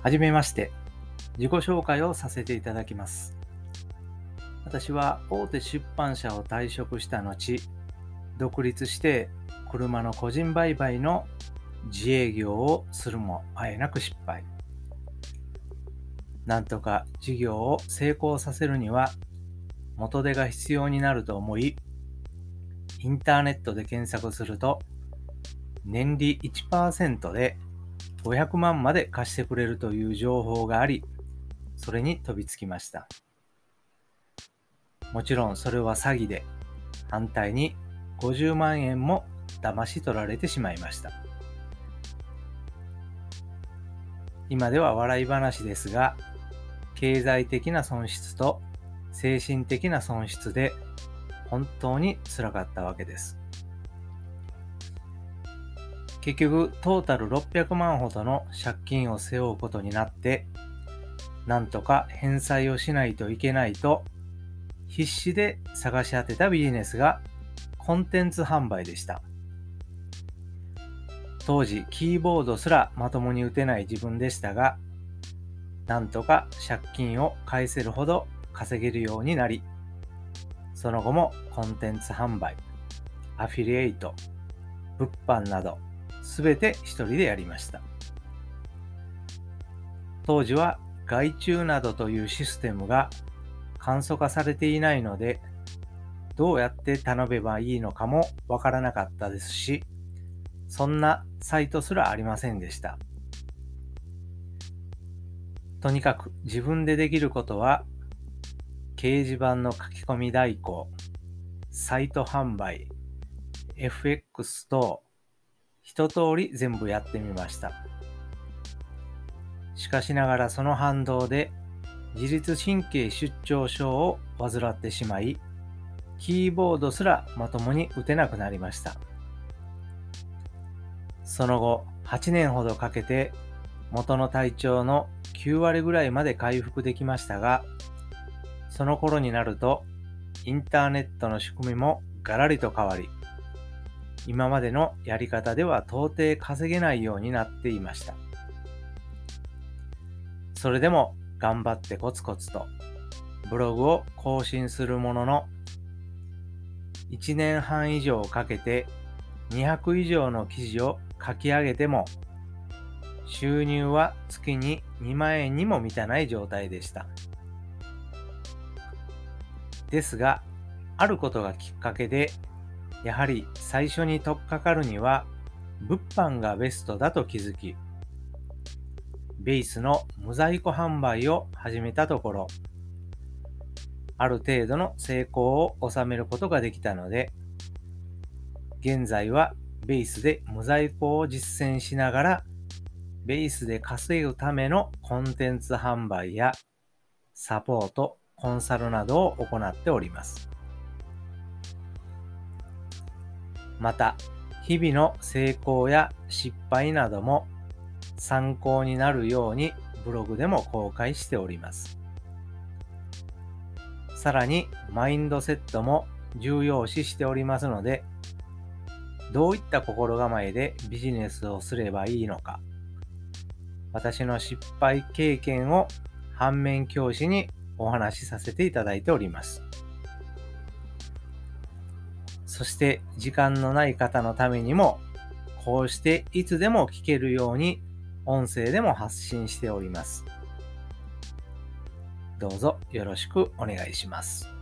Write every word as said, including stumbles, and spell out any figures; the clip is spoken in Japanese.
はじめまして。自己紹介をさせていただきます。私は大手出版社を退職した後、独立して車の個人売買の自営業をするもあえなく失敗。なんとか事業を成功させるには元手が必要になると思い、インターネットで検索すると年利 いちパーセント でごひゃくまんまで貸してくれるという情報があり、それに飛びつきました。もちろんそれは詐欺で、反対にごじゅうまんえんも騙し取られてしまいました。今では笑い話ですが、経済的な損失と精神的な損失で本当に辛かったわけです。結局トータルろっぴゃくまんほどの借金を背負うことになって、なんとか返済をしないといけないと必死で探し当てたビジネスがコンテンツ販売でした。当時キーボードすらまともに打てない自分でしたが、なんとか借金を返せるほど稼げるようになり、その後もコンテンツ販売、アフィリエイト、物販などすべて一人でやりました。当時は外注などというシステムが簡素化されていないので、どうやって頼めばいいのかもわからなかったですし、そんなサイトすらありませんでした。とにかく自分でできることは、掲示板の書き込み代行、サイト販売、エフエックス 等、一通り全部やってみました。しかしながらその反動で自律神経失調症を患ってしまい、キーボードすらまともに打てなくなりました。その後はちねんほどかけて元の体調のきゅうわりぐらいまで回復できましたが、その頃になるとインターネットの仕組みもガラリと変わり、今までのやり方では到底稼げないようになっていました。それでも頑張ってコツコツとブログを更新するものの、いちねんはん以上かけてにひゃく以上の記事を書き上げても、収入は月ににまんえんにも満たない状態でした。ですが、あることがきっかけで、やはり最初に取っかかるには物販がベストだと気づき、ベースの無在庫販売を始めたところ、ある程度の成功を収めることができたので、現在はベースで無在庫を実践しながら、ベースで稼ぐためのコンテンツ販売やサポート、コンサルなどを行っております。また、日々の成功や失敗なども参考になるようにブログでも公開しております。さらにマインドセットも重要視しておりますので、どういった心構えでビジネスをすればいいのか、私の失敗経験を反面教師にお話しさせていただいております。そして時間のない方のためにも、こうしていつでも聞けるように音声でも発信しております。どうぞよろしくお願いします。